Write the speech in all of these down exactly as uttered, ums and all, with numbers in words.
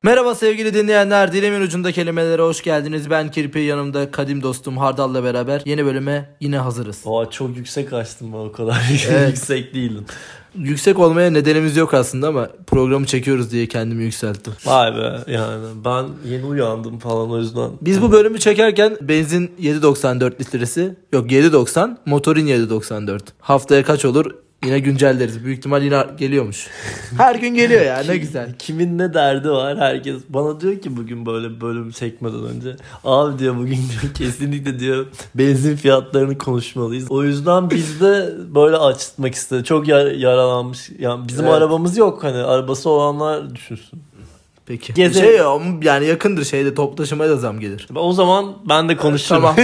Merhaba sevgili dinleyenler, dilimin ucunda kelimelere hoş geldiniz. Ben Kirpi, yanımda kadim dostum Hardal'la beraber yeni bölüme yine hazırız. Oha, çok yüksek açtım ben, o kadar evet. Yüksek değilim. Yüksek olmaya nedenimiz yok aslında ama programı çekiyoruz diye kendimi yükselttim. Vay be, yani ben yeni uyandım falan, o yüzden. Biz bu bölümü çekerken benzin yedi doksan dört litresi, yok yedi doksan, motorin yedi doksan dört. Haftaya kaç olur? Yine güncelleriz. Büyük ihtimal yine geliyormuş. Her gün geliyor ya, ne güzel. Kimin ne derdi var, herkes. Bana diyor ki bugün böyle bölüm çekmeden önce. Abi diyor, bugün diyor kesinlikle diyor benzin fiyatlarını konuşmalıyız. O yüzden biz de böyle açmak istedik. Çok yar- yaralanmış. Yani bizim evet. Arabamız yok, hani arabası olanlar düşünsün. Peki. Gezelim. Şey ya, yani yakındır şeyde, toplu taşımaya da zam gelir. O zaman ben de konuşurum. Tamam.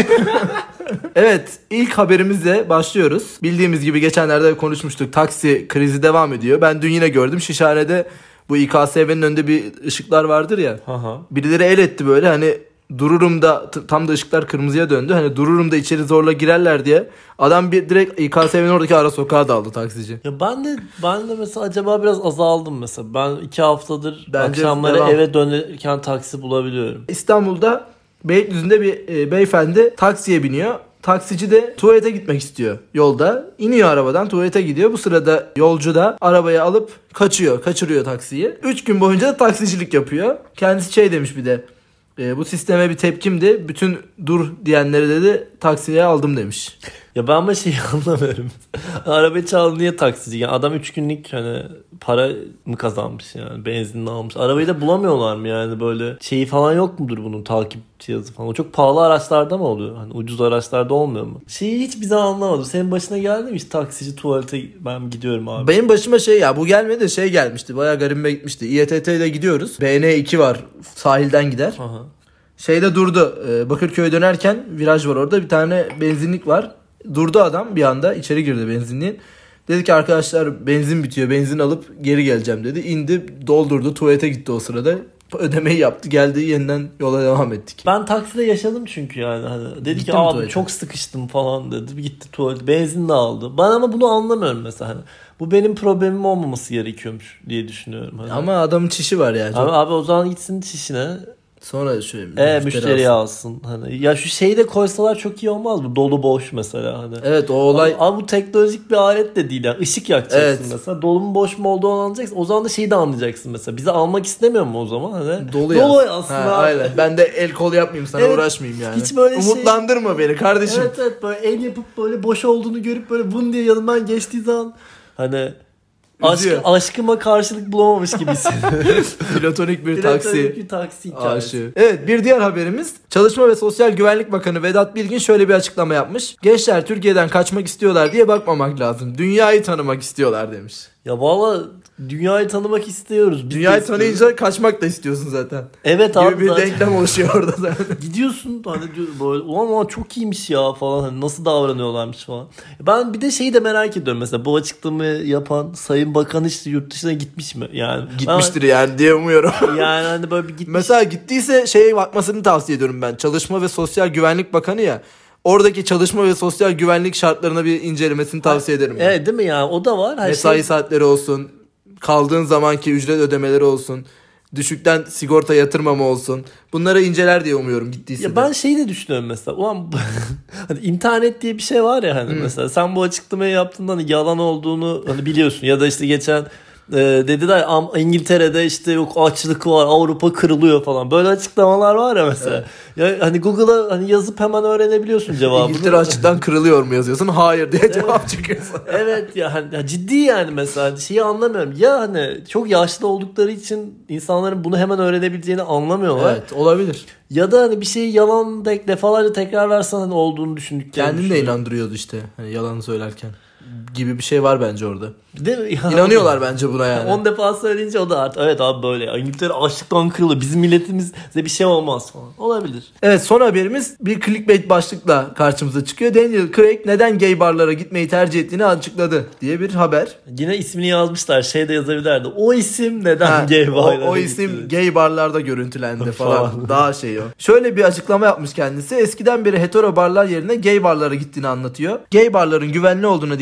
Evet, ilk haberimizle başlıyoruz. Bildiğimiz gibi geçenlerde konuşmuştuk. Taksi krizi devam ediyor. Ben dün yine gördüm Şişhane'de bu İ K S V'nin önünde bir ışıklar vardır ya. Aha. Birileri el etti böyle, hani dururum da t- tam da ışıklar kırmızıya döndü. Hani dururum da içeri zorla girerler diye. Adam bir direkt İ K S V'nin oradaki ara sokağa daldı taksici. Ya ben de ben de mesela acaba biraz azaldım mesela. Ben iki haftadır Bence akşamları devam. eve dönerken taksi bulabiliyorum. İstanbul'da Beylikdüzü'nde bir e, beyefendi taksiye biniyor. Taksici de tuvalete gitmek istiyor yolda. İniyor arabadan, tuvalete gidiyor. Bu sırada yolcu da arabayı alıp kaçıyor. Kaçırıyor taksiyi. üç gün boyunca da taksicilik yapıyor. Kendisi şey demiş bir de. E, bu sisteme bir tepkimdi. Bütün dur diyenleri dedi taksiye aldım demiş. Ya ben bir şey anlamıyorum. Arabayı çaldı, niye taksici? Yani adam üç günlük hani para mı kazanmış yani? Benzinini almış. Arabayı da bulamıyorlar mı yani, böyle şeyi falan yok mudur bunun, takip cihazı falan? O çok pahalı araçlarda mı oluyor? Hani ucuz araçlarda olmuyor mu? Şeyi hiç bize anlamadım. Senin başına geldi mi hiç taksici tuvalete ben gidiyorum abi? Benim başıma şey ya, bu gelmedi de şey gelmişti. Bayağı garibime gitmişti. İ E T T'de gidiyoruz. B N iki var. Sahilden gider. Aha. Şeyde durdu. Bakırköy'e dönerken viraj var orada. Bir tane benzinlik var. Durdu adam bir anda, içeri girdi benzinliğin. Dedi ki arkadaşlar benzin bitiyor, benzin alıp geri geleceğim dedi. İndi, doldurdu, tuvalete gitti o sırada. Ödemeyi yaptı, geldi, yeniden yola devam ettik. Ben takside yaşadım çünkü yani. Hani dedi Gittim ki abi tuvalete. Çok sıkıştım falan dedi. Gitti tuvalete, benzin de aldı. Ben ama bunu anlamıyorum mesela. Hani bu benim problemim olmaması gerekiyormuş diye düşünüyorum. Hani. Ama adamın çişi var yani. Abi, abi o zaman gitsin çişine. Sonra şöyle e, müşteri alsın. alsın. Hani ya şu şeyi de koysalar çok iyi olmaz mı? Dolu boş mesela hani. Evet, o olay. Ama, ama bu teknolojik bir alet de değil yani. Işık yakacaksın evet. Mesela. Dolu mu boş mu olduğunu anlayacaksın. O zaman da şeyi de anlayacaksın mesela. Bizi almak istemiyor mu o zaman hani? Dolu, Dolu aslında. Ha, aynen. Ben de el kol yapmayayım sana, evet, uğraşmayayım yani. Hiç böyle umutlandırma şey... beni kardeşim. Evet evet, böyle el yapıp böyle boş olduğunu görüp böyle bun diye yanından geçtiği zaman hani Aşk, aşkıma karşılık bulamamış gibi hissediyorum. Platonik bir taksi. Platonik bir taksi hikayesi. Evet, bir diğer haberimiz. Çalışma ve Sosyal Güvenlik Bakanı Vedat Bilgin şöyle bir açıklama yapmış. Gençler Türkiye'den kaçmak istiyorlar diye bakmamak lazım. Dünyayı tanımak istiyorlar demiş. Ya valla dünyayı tanımak istiyoruz. Biz dünyayı tanıyınca kaçmak da istiyorsun zaten. Evet gibi abi. Gibi bir zaten. denklem oluşuyor orada zaten. Gidiyorsun hani böyle ulan ulan çok iyiymiş ya falan, hani nasıl davranıyorlarmış falan. Ben bir de şeyi de merak ediyorum mesela, bu açıklamayı yapan Sayın Bakan hiç yurt dışına gitmiş mi? Yani gitmiştir ben, yani diye umuyorum. Yani hani böyle bir gitmiş. Mesela gittiyse şeye bakmasını tavsiye ediyorum ben. Çalışma ve Sosyal Güvenlik Bakanı ya. Oradaki çalışma ve sosyal güvenlik şartlarına bir incelemesini tavsiye ederim. Evet yani. Değil mi ya? O da var. Her Mesai şey... saatleri olsun. Kaldığın zamanki ücret ödemeleri olsun. Düşükten sigorta yatırmama olsun. Bunları inceler diye umuyorum gittiyse. Ya de. Ben şeyi de düşünüyorum mesela. Ulan hani internet diye bir şey var ya hani hmm. mesela sen bu açıklamayı yaptığında hani yalan olduğunu hani biliyorsun ya da işte geçen e, dediler İngiltere'de işte yok açlık var, Avrupa kırılıyor falan. Böyle açıklamalar var ya mesela. Evet. Ya hani Google'a hani yazıp hemen öğrenebiliyorsun cevabını. İngiltere açlıktan kırılıyor mu yazıyorsun? Hayır diye cevap evet. çıkıyor. Evet ya hani ya ciddi yani mesela şeyi anlamıyorum. Ya hani çok yaşlı oldukları için insanların bunu hemen öğrenebileceğini anlamıyorlar. Evet, olabilir. Ya da hani bir şeyi yalan de, defalarca tekrarlarsan hani olduğunu düşündüklerini kendini de inandırıyordu işte hani yalan söylerken. Gibi bir şey var bence orada. Değil mi? Ya, İnanıyorlar bence buna yani. on defa söyleyince o da artık evet abi böyle. İngiltere açlıktan kırılıyor. Bizim milletimize bir şey olmaz falan. Olabilir. Evet, son haberimiz bir clickbait başlıkla karşımıza çıkıyor. Daniel Craig neden gay barlara gitmeyi tercih ettiğini açıkladı diye bir haber. Yine ismini yazmışlar. Şey de yazabilirlerdi. O isim neden ha, gay barlara O, o isim gitti? Gay barlarda görüntülendi falan. Daha şey o. Şöyle bir açıklama yapmış kendisi. Eskiden beri hetero barlar yerine gay barlara gittiğini anlatıyor. Gay barların güvenli olduğuna dikkat çeken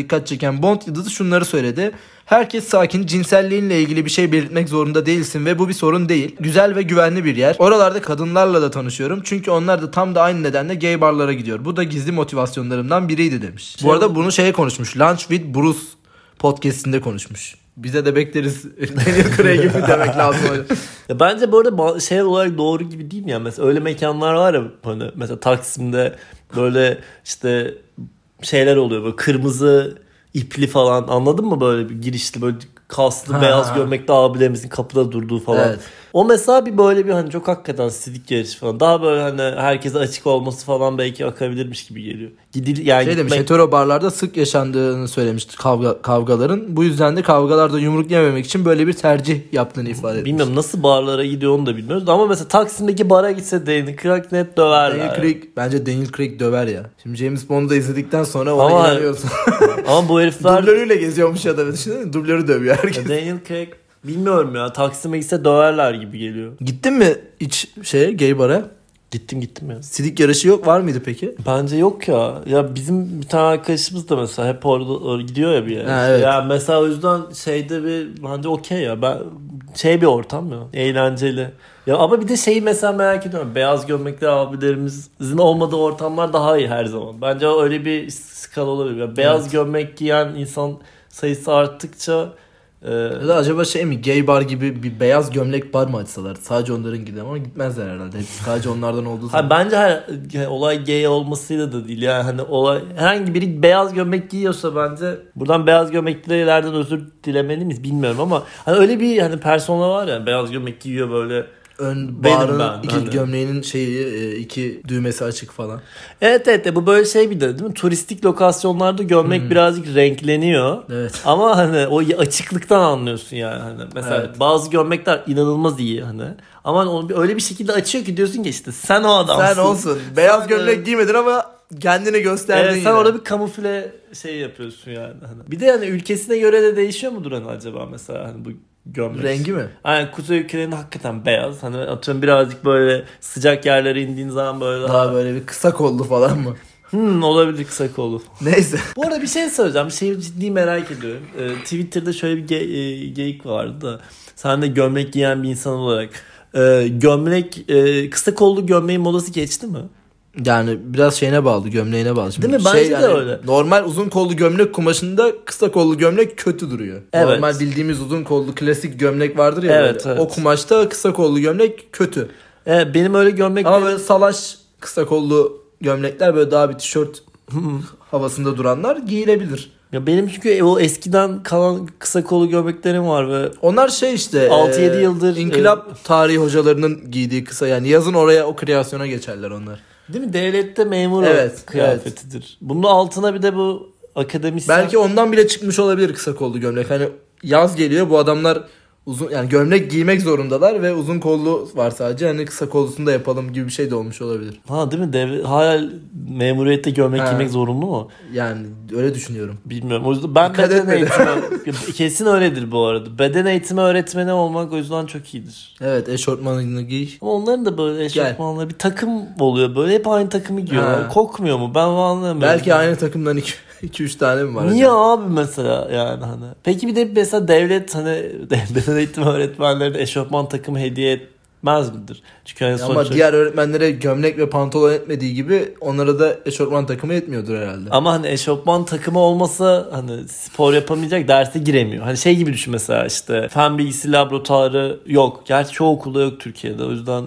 çeken Bond yıldızı şunları söyledi. Herkes sakin, cinselliğinle ilgili bir şey belirtmek zorunda değilsin ve bu bir sorun değil. Güzel ve güvenli bir yer. Oralarda kadınlarla da tanışıyorum. Çünkü onlar da tam da aynı nedenle gay barlara gidiyor. Bu da gizli motivasyonlarımdan biriydi demiş. Şey, bu arada bunu şeye konuşmuş. Lunch with Bruce podcast'inde konuşmuş. Bize de bekleriz. Daniel Craig gibi demek lazım. Ya bence bu arada şey olarak doğru gibi değil mi ya? Mesela öyle mekanlar var ya hani mesela Taksim'de böyle işte şeyler oluyor böyle kırmızı ipli falan, anladın mı, böyle bir girişli böyle kaslı ha, beyaz ha. gömlekli abilerimizin kapıda durduğu falan. Evet. O mesela bir böyle bir hani çok hakikaten sidik yarışı falan. Daha böyle hani herkese açık olması falan belki akabilirmiş gibi geliyor. Gidil yani şey gitmek... demiş, hetero barlarda sık yaşandığını söylemişti kavga, kavgaların. Bu yüzden de kavgalarda yumruk yememek için böyle bir tercih yaptığını ifade etmiş. Bilmiyorum nasıl barlara gidiyor onu da bilmiyoruz. Ama mesela Taksim'deki bara gitse Daniel Craig net döverler. Daniel Craig, bence Daniel Craig döver ya. Şimdi James Bond'u izledikten sonra ona ama, inanıyorsun. Ama bu herifler... Dublörüyle geziyormuş adam. Düşünsene, dublörü dövüyor herkes. Daniel Craig bilmiyorum ya, Taksim'e gitse döverler gibi geliyor. Gittin mi hiç şeye, gay bara? Gittim gittim ya. Sidik yarışı yok, var mıydı peki? Bence yok ya. Ya bizim bir tane arkadaşımız da mesela hep orada gidiyor ya bir yere. Ha, evet. Ya mesela o yüzden şeyde bir bence okey ya. Ben şey bir ortam ya. Eğlenceli. Ya ama bir de şeyi mesela merak ediyorum. Beyaz gömlekli abilerimizin olmadığı ortamlar daha iyi her zaman. Bence öyle bir skala olabilir. Yani beyaz evet. gömlek giyen insan sayısı arttıkça Ee, ya da acaba şey mi, gay bar gibi bir beyaz gömlek bar mı açsalar? Sadece onların gider ama gitmezler herhalde. Sadece onlardan olduğu zaman. Bence her yani olay gay olmasıyla da değil. Yani hani olay herhangi biri beyaz gömlek giyiyorsa bence buradan beyaz gömleklilerden özür dilemeli miyiz bilmiyorum ama hani öyle bir hani persona var ya, beyaz gömlek giyiyor böyle. Ön barın ben, iki hani. Gömleğinin şeyi iki düğmesi açık falan. Evet evet, bu böyle şey bir de değil mi? Turistik lokasyonlarda gömlek hmm. birazcık renkleniyor. Evet. Ama hani o açıklıktan anlıyorsun yani hani. Mesela evet. bazı gömlekler inanılmaz iyi hani. Ama hani onu öyle bir şekilde açıyor ki diyorsun ki işte sen o adamsın. Sen olsun. Beyaz sen gömlek evet. giymedin ama kendini gösterdin. Evet, sen orada bir kamufle şey yapıyorsun yani. Hani. Bir de hani ülkesine göre de değişiyor mudur hani acaba mesela hani bu gömlek. Rengi mi? Yani kuzey ülkelerinin hakikaten beyaz. Hani atıyorum birazcık böyle sıcak yerlere indiğin zaman böyle daha, daha böyle bir kısa kollu falan mı? Hmm, olabilir kısa kollu. Neyse. Bu arada bir şey söyleyeceğim. Bir şeyi ciddi merak ediyorum. Ee, Twitter'da şöyle bir ge- e, geyik vardı da. Sen de gömlek giyen bir insan olarak. E, gömlek e, kısa kollu gömleğin modası geçti mi? Yani biraz şeyine bağlı, gömleğine bağlı. Şimdi değil mi? Bence şey, de yani öyle. Normal uzun kollu gömlek kumaşında kısa kollu gömlek kötü duruyor. Evet. Normal bildiğimiz uzun kollu klasik gömlek vardır ya. Evet, evet. O kumaşta kısa kollu gömlek kötü. Evet, benim öyle gömlek... Ama böyle salaş kısa kollu gömlekler, böyle daha bir tişört havasında duranlar giyilebilir. Ya benim çünkü o eskiden kalan kısa kollu gömleklerim var ve onlar şey işte altı yedi e, yıldır inkılap e, tarihi hocalarının giydiği kısa, yani yazın oraya o kreasyona geçerler onlar. Değil mi? Devlette memur evet, kıyafetidir. Evet. Bunun altına bir de bu akademisyen... Belki ondan bile çıkmış olabilir kısa kollu gömlek. Hani yaz geliyor, bu adamlar uzun, yani gömlek giymek zorundalar ve uzun kollu var sadece. Hani kısa kollusunu da yapalım gibi bir şey de olmuş olabilir. Ha değil mi? Dev, hala memuriyette gömlek ha. giymek zorunlu mu? Yani öyle düşünüyorum. Bilmiyorum. O yüzden ben Dikkat beden eğitimi... kesin öyledir bu arada. Beden eğitimi öğretmeni olmak o yüzden çok iyidir. Evet, eşortmanını giy. Ama onların da böyle eşortmanları bir takım oluyor. Böyle hep aynı takımı giyiyorlar. Ha. Kokmuyor mu? Ben anlamıyorum. Belki aynı takımdan iki iki üç tane mi var? Niye acaba? Abi mesela yani hani. Peki bir de mesela devlet hani beden eğitimi öğretmenlerine eşofman takımı hediye etmez midir? Çünkü hani ama sonuçta... diğer öğretmenlere gömlek ve pantolon etmediği gibi onlara da eşofman takımı etmiyordur herhalde. Ama hani eşofman takımı olmasa hani spor yapamayacak, derse giremiyor. Hani şey gibi düşün mesela, işte fen bilgisi laboratuvarı yok. Gerçi çoğu okulda yok Türkiye'de. O yüzden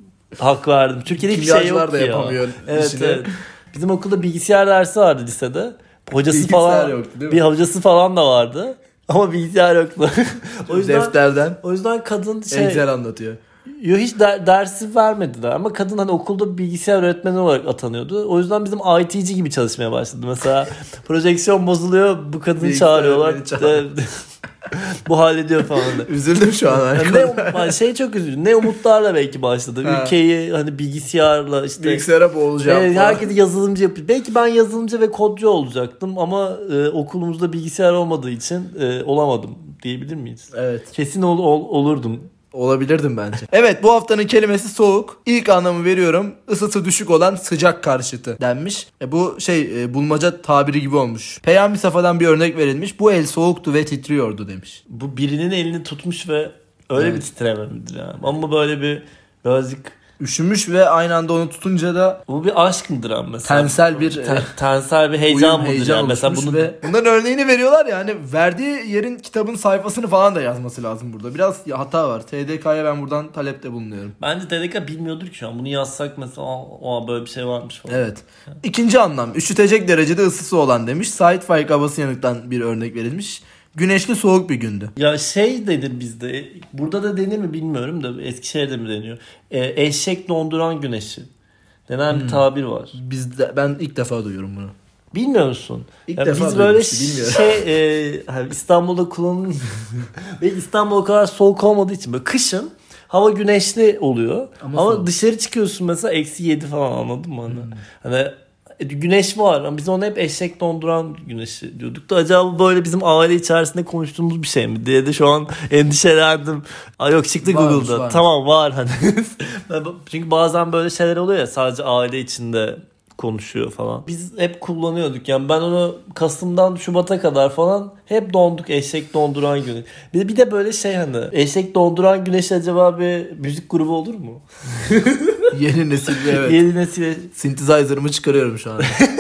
hak verdim. Türkiye'de hiçbir şey yok da ya. Yapamıyor evet, evet. Bizim okulda bilgisayar dersi vardı lisede. Hocası bilgisayar falan yoktu, değil mi? Bir hocası falan da vardı. Ama bilgisayar yoktu. o yüzden defterden. O yüzden kadın şey Excel anlatıyor. Yo, hiç der, dersi vermediler ama kadın hani okulda bilgisayar öğretmeni olarak atanıyordu. O yüzden bizim I T'ci gibi çalışmaya başladı. Mesela projeksiyon bozuluyor, bu kadını çağırıyorlar. Bu hallediyor falan. Üzüldüm şu an. Yani ne, şey çok üzüldüm. Ne umutlarla belki başladı. Ha. Ülkeyi hani bilgisayarla işte. Bilgisayara boğulacağım e, herkes yazılımcı yapıyor. Belki ben yazılımcı ve kodcu olacaktım ama e, okulumuzda bilgisayar olmadığı için e, olamadım diyebilir miyiz? Evet. Kesin ol, ol, olurdum. olabilirdim bence. Evet, bu haftanın kelimesi soğuk. İlk anlamı veriyorum. Isısı düşük olan sıcak karşıtı denmiş. E bu şey e, bulmaca tabiri gibi olmuş. Peyami Safa'dan bir örnek verilmiş. Bu el soğuktu ve titriyordu demiş. Bu birinin elini tutmuş ve öyle Evet. bir titreme midir yani? Ama böyle bir birazcık Üşümüş ve aynı anda onu tutunca da bu bir aşk mıdır ama mesela? tensel bir Ten- e, tensel bir heyecan uyum, mıdır heyecan yani? Mesela oluşmuş bunu ve bunların örneğini veriyorlar ya, hani verdiği yerin kitabın sayfasını falan da yazması lazım burada. Biraz hata var. T D K'ya ben buradan talepte bulunuyorum. bence T D K bilmiyordur ki şu an. Bunu yazsak mesela o böyle bir şey varmış falan. Evet. İkinci anlam üşütecek derecede ısısı olan demiş. Sait Faik Abasıyanık'tan bir örnek verilmiş. Güneşli soğuk bir gündü. Ya şey denir bizde. Burada da denir mi bilmiyorum da Eskişehir'de mi deniyor? E, eşek donduran güneşi denen bir tabir var. Bizde ben ilk defa duyuyorum bunu. Bilmiyor musun? İlk Ya defa biz böyle duymuştum, bilmiyorum. şey e, hani İstanbul'da kullanılan ve İstanbul o kadar soğuk olmadığı için böyle kışın hava güneşli oluyor. Ama Ama, soğuk. dışarı çıkıyorsun mesela eksi yedi falan, anladın mı? Hani, hani e, güneş var ama biz ona hep eşek donduran güneşi diyorduk da acaba böyle bizim aile içerisinde konuştuğumuz bir şey mi diye de şu an endişelendim. Aa, yok çıktı Varmış, Google'da. varmış. Tamam var hani. Çünkü bazen böyle şeyler oluyor ya, sadece aile içinde konuşuyor falan. Biz hep kullanıyorduk yani, ben onu Kasım'dan Şubat'a kadar falan hep donduk, eşek donduran güneş. Bir de, bir de böyle şey hani eşek donduran güneş acaba bir müzik grubu olur mu? Yeni nesil bir evet. Yeni nesil. Synthesizer'ımı çıkarıyorum şu an.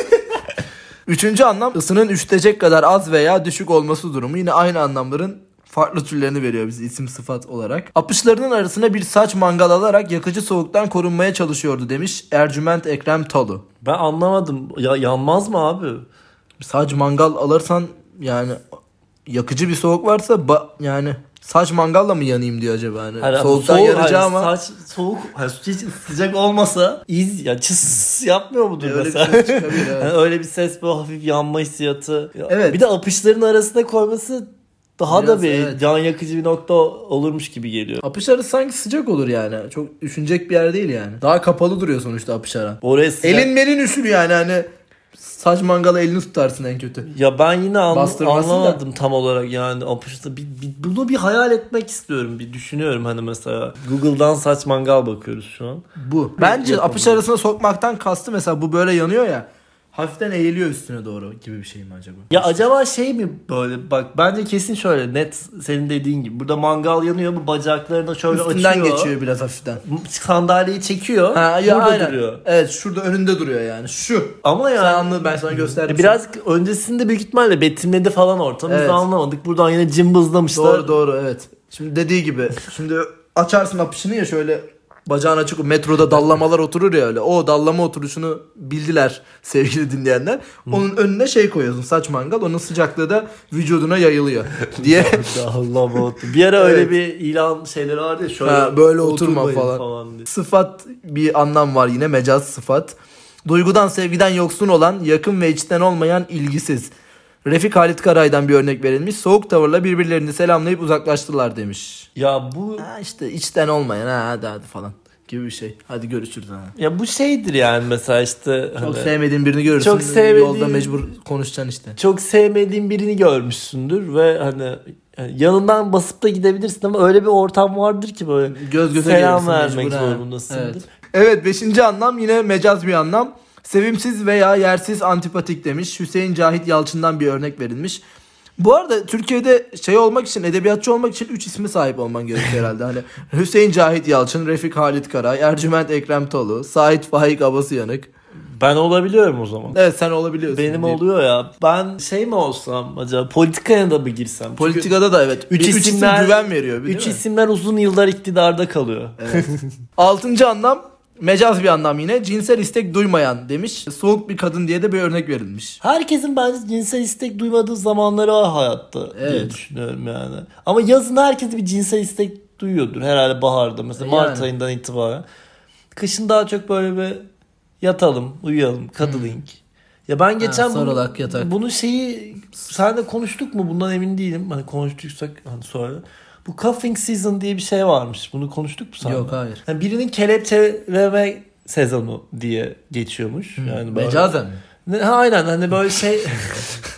Üçüncü anlam ısının üşütecek kadar az veya düşük olması durumu. Yine aynı anlamların farklı türlerini veriyor bize isim sıfat olarak. Apışlarının arasına bir saç mangal alarak yakıcı soğuktan korunmaya çalışıyordu demiş Ercüment Ekrem Talu. Ben anlamadım. Ya yanmaz mı abi? Saç mangal alırsan yani yakıcı bir soğuk varsa ba- yani saç mangalla mı yanayım diyor acaba hani. Hani Soğuktan soğuk, yanacağım hani ama saç soğuk, hani hiç sıcak olmasa iz ya çıs yapmıyor mudur öyle bir mesela? ses çıkabilir, evet. Yani öyle bir ses, böyle hafif yanma hissiyatı. Ya Evet. Bir de apışların arasına koyması daha Biraz da bir evet. can yakıcı bir nokta olurmuş gibi geliyor. Apış arası sanki sıcak olur yani. Çok üşünecek bir yer değil yani. Daha kapalı duruyor sonuçta apış ara. Oraya sıcak... Elin melin üşür yani hani. Saç mangala elini tutarsın en kötü. Ya ben yine an- Bastırmasın anlamadım tam olarak yani apışta. Bir, bir, bunu bir hayal etmek istiyorum. Bir düşünüyorum hani mesela. Google'dan saç mangal bakıyoruz şu an. Bu. Bence Yapalım. apış arasına sokmaktan kastı mesela bu böyle yanıyor ya. Hafiften eğiliyor üstüne doğru gibi bir şey mi acaba? Ya acaba şey mi böyle, bak bence kesin şöyle net senin dediğin gibi. Burada mangal yanıyor, bu bacaklarını şöyle Üstünden açıyor. geçiyor biraz hafiften. Sandalyeyi çekiyor. Ha, ya burada aynen. duruyor. Evet, şurada önünde duruyor yani. Şu. Ama yani Sen anladın, ben sana gösterdim. biraz öncesinde büyük ihtimalle betimledi falan ortamı. Biz Evet. de anlamadık. Buradan yine cımbızlamışlar. Doğru doğru evet. Şimdi dediği gibi. Şimdi açarsın apışını ya şöyle bacağın açık, metroda dallamalar oturur ya öyle. O dallama oturuşunu bildiler sevgili dinleyenler. Onun önüne şey koyuyorsun, saç mangal. Onun sıcaklığı da vücuduna yayılıyor diye. Allah Bir ara öyle Evet. bir ilan şeyleri vardı ya, şöyle Ha, böyle oturma oturmayın falan. diye. Sıfat bir anlam var yine, mecaz sıfat. Duygudan sevgiden yoksun olan, yakın ve içten olmayan, ilgisiz. Refik Halit Karay'dan bir örnek verilmiş. Soğuk tavırla birbirlerini selamlayıp uzaklaştılar demiş. Ya bu Ha işte içten olmayan, ha hadi hadi falan gibi bir şey. Hadi görüşürüz ha. ya bu şeydir yani mesela işte Çok hani, sevmediğin birini görürsün. Çok sevmediğin- Yolda mecbur konuşacaksın işte. çok sevmediğin birini görmüşsündür ve hani yani yanından basıp da gidebilirsin ama öyle bir ortam vardır ki böyle Göz göze selam gelirsin vermek mecbur, ha. zorundasındır. Evet. Evet, beşinci anlam yine mecaz bir anlam. Sevimsiz veya yersiz, antipatik demiş. Hüseyin Cahit Yalçın'dan bir örnek verilmiş. Bu arada Türkiye'de şey olmak için, edebiyatçı olmak için üç ismi sahip olman gerekiyor herhalde. Hani Hüseyin Cahit Yalçın, Refik Halit Karay, Ercüment Ekrem Talu, Sait Faik Abasıyanık. Ben olabiliyorum o zaman. Evet, sen olabiliyorsun. Benim diyeyim. oluyor ya. Ben şey mi olsam acaba, politikaya da mı girsem? Çünkü Politikada da evet. üç Üç, üç isim isimler- güven veriyor. Değil üç mi? isimler uzun yıllar iktidarda kalıyor. Evet. Altıncı anlam mecaz bir anlam yine. Cinsel istek duymayan demiş. Soğuk bir kadın diye de bir örnek verilmiş. Herkesin bence cinsel istek duymadığı zamanları var hayatta diye Evet. düşünüyorum yani. Ama yazın herkes bir cinsel istek duyuyordur herhalde, baharda mesela Mart Yani. ayından itibaren. Kışın daha çok böyle bir yatalım, uyuyalım, cuddling. Ya ben geçen bunu, sarılak, yatak. bunu şeyi senle konuştuk mu bundan emin değilim. Hani konuştuysak hani sonra. Bu cuffing season diye bir şey varmış. Bunu konuştuk mu seninle? Yok, hayır. Yani birinin kelepçeleme sezonu diye geçiyormuş. Yani böyle- Mecazen mi? Ne, ha, aynen hani böyle şey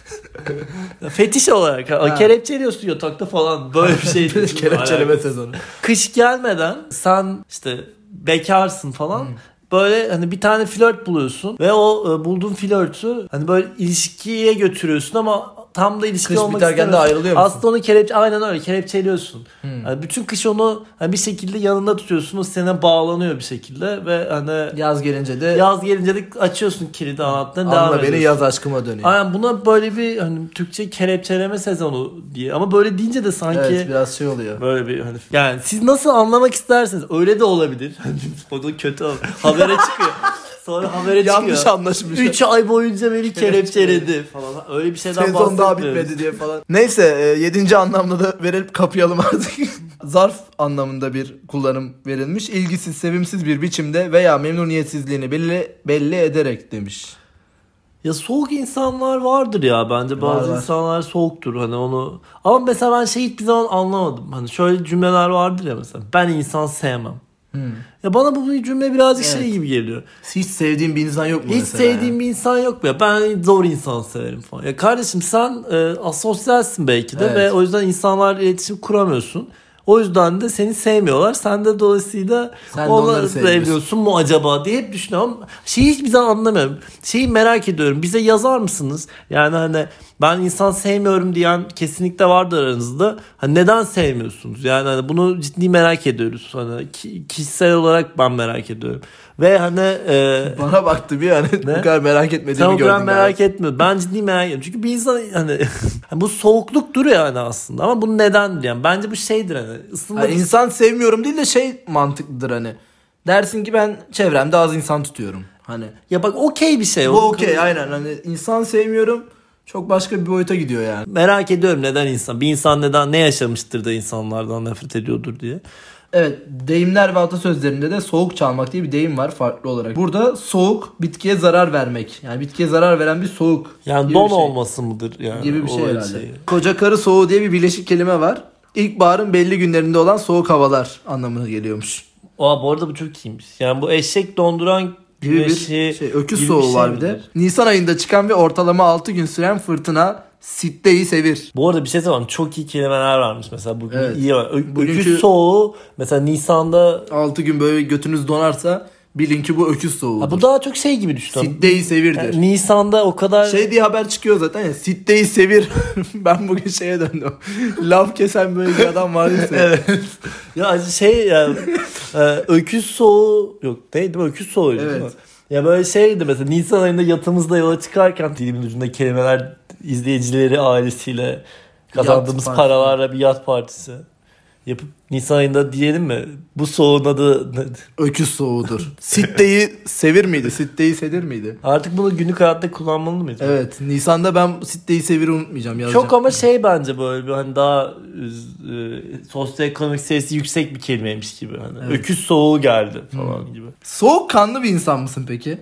Fetiş olarak. Ha. Kelepçeliyorsun yatakta falan. Böyle bir şey. Kelepçeleme sezonu. Kış gelmeden sen işte bekarsın falan. Hmm. Böyle hani bir tane flört buluyorsun ve o e, bulduğun flörtü hani böyle ilişkiye götürüyorsun ama tam da ilişki kış olmak biterken istemiyorsun. de ayrılıyor musun? Aslında onu kelepçe aynen öyle kelepçeliyorsun. Hmm. Yani bütün kış onu hani bir şekilde yanında tutuyorsun. O sana bağlanıyor bir şekilde ve hani yaz gelince de yaz gelince de açıyorsun kilidi anahtarını devam ediyorsun. beni yaz aşkıma dönüyor. Aynen buna böyle bir hani Türkçe kelepçeleme sezonu diye ama böyle deyince de sanki evet, biraz şey oluyor. Böyle bir hani yani siz nasıl anlamak isterseniz öyle de olabilir. O da kötü olur. Habere çıkıyor. Sonra habere çıkıyor. Yanlış anlaşmış. üç ay boyunca beni kelepçeledi falan. Öyle bir şeyden bahsetmiyoruz. Sezon daha bitmedi diye falan. Neyse yedinci anlamda da verip kapayalım artık. Zarf anlamında bir kullanım verilmiş. İlgisiz, sevimsiz bir biçimde veya memnuniyetsizliğini belli, belli ederek demiş. Ya soğuk insanlar vardır ya bence bazı var, var. insanlar soğuktur hani onu ama mesela ben şey hiçbir zaman anlamadım hani şöyle cümleler vardır ya mesela ben insan sevmem. Hmm. Ya bana bu bir cümle birazcık evet. şey gibi geliyor. Hiç sevdiğim bir insan yok mu Hiç mesela? Hiç sevdiğim ya? bir insan yok mu ya? Ben zor insan severim falan. Ya kardeşim sen e, asosyalsin belki de evet. ve o yüzden insanlarla iletişim kuramıyorsun. O yüzden de seni sevmiyorlar. Sen de dolayısıyla sen onları sevmiyorsun mu acaba diye hep düşünüyorum. Şeyi hiçbir zaman anlamıyorum. Şeyi merak ediyorum. Bize yazar mısınız? Yani hani ben insan sevmiyorum diyen kesinlikle vardır aranızda. Hani neden sevmiyorsunuz? Yani hani bunu ciddi merak ediyoruz. Hani kişisel olarak ben merak ediyorum. Ve hani e, bana baktı bir hani ne? Bu kadar merak etmediğimi gördüm. Sen merak etmiyorum. Ben ciddi merak ediyorum. Çünkü bir insan hani bu soğukluktur yani aslında. Ama bu neden yani? Bence bu şeydir hani. Isınmak... Yani insan sevmiyorum değil de şey mantıklıdır hani. Dersin ki ben çevremde az insan tutuyorum. Hani. Ya bak okey bir şey. Bu okey aynen. Hani insan sevmiyorum. Çok başka bir boyuta gidiyor yani. Merak ediyorum neden insan. Bir insan neden ne yaşamıştır da insanlardan nefret ediyordur diye. Evet, deyimler ve atasözlerinde de soğuk çalmak diye bir deyim var farklı olarak. Burada soğuk bitkiye zarar vermek. Yani bitkiye zarar veren bir soğuk. Yani don şey. olması mıdır yani? Gibi bir şey herhalde. Şey. Koca karı soğuğu diye bir birleşik kelime var. İlkbaharın belli günlerinde olan soğuk havalar anlamına geliyormuş. Aa, bu arada bu çok iyiymiş. Yani bu eşek donduran güneşi gibi bir şey. Öküz soğuğu şey var bir de. Nisan ayında çıkan ve ortalama altı gün süren fırtına Sitteyi sevir. Bu arada bir şey söyleyeyim. Çok iyi kelimeler varmış mesela. Bugün evet. iyi var. Ö- Bugünkü öküz soğuğu mesela Nisan'da altı gün böyle götünüz donarsa bilin ki bu öküz soğuğudur. Ha, bu daha çok şey gibi düşünüyorum. Sitteyi sevirdir. Yani Nisan'da o kadar şey diye haber çıkıyor zaten ya. Sitteyi sevir. Ben bugün şeye döndüm. Laf kesen böyle bir adam vardı. Evet. Ya şey ya öküz soğuğu yok neydi? Öküz soğuğuydu evet. Değil mi? Ya böyle şeydi mesela Nisan ayında yatımızda yola çıkarken dilimin ucunda kelimeler izleyicileri ailesiyle kazandığımız paralarla bir yat partisi yapıp Nisan ayında diyelim mi? Bu soğuğun adı öküz soğuğudur. Sitteyi sevir miydi? Sitteyi sedir miydi? Artık bunu günlük hayatta kullanmalı mıyız? Evet. Nisan'da ben sitteyi seviri unutmayacağım. Yazacağım. Çok ama şey bence böyle bir hani daha e, sosyoekonomik seviyesi yüksek bir kelimeymiş gibi. Hani evet. Öküz soğuğu geldi falan hmm. gibi. Soğukkanlı bir insan mısın peki?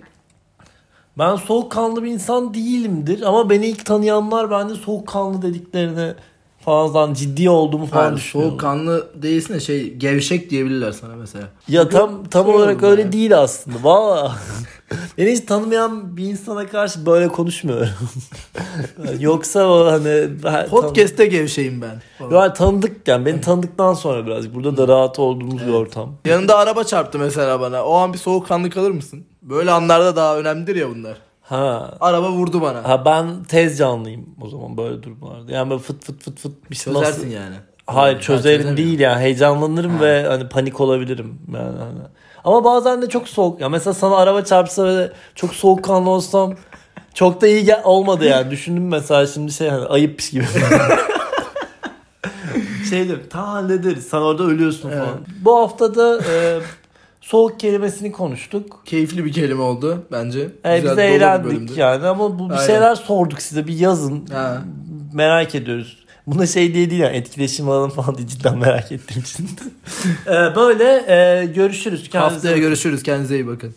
Ben soğukkanlı bir insan değilimdir ama beni ilk tanıyanlar bence soğukkanlı dediklerini fazladan ciddi olduğumu falan yani düşünüyorum. Soğukkanlı değilsin de şey gevşek diyebilirler sana mesela. Ya Bugün tam tam olarak öyle yani. Değil aslında. Valla. Beni hiç tanımayan bir insana karşı böyle konuşmuyorum. Yoksa o hani podcast'te tan- gevşeyim ben. Yani tanıdık yani beni tanıdıktan sonra birazcık burada da rahat olduğumuz evet. Bir ortam. Yanında araba çarptı mesela bana. O an bir soğukkanlı kalır mısın? Böyle anlarda daha önemlidir ya bunlar. Ha. Araba vurdu bana. Ha ben tez canlıyım o zaman böyle durumlarda. Yani böyle fıt fıt fıt fıt bir şey çözersin nasıl... yani. Hayır çözerim değil yani heyecanlanırım ha. Ve hani panik olabilirim yani hani. Ama bazen de çok soğuk. Ya mesela sana araba çarpsa ve çok soğukkanlı olsam çok da iyi gel- olmadı yani. Düşündüm mesela şimdi şey hani ayıp gibi. şey diyorum ta hallederiz. Sen orada ölüyorsun evet. Falan. Bu haftada e, soğuk kelimesini konuştuk. Keyifli bir kelime oldu bence. Evet, biz eğlendik yani ama bu bir aynen. Şeyler sorduk size bir yazın. Ha. Merak ediyoruz. Buna şey diye değil yani etkileşim alalım falan diye cidden merak ettiğim için. ee, böyle e, görüşürüz. Kendinize Haftaya bakın. Görüşürüz. Kendinize iyi bakın.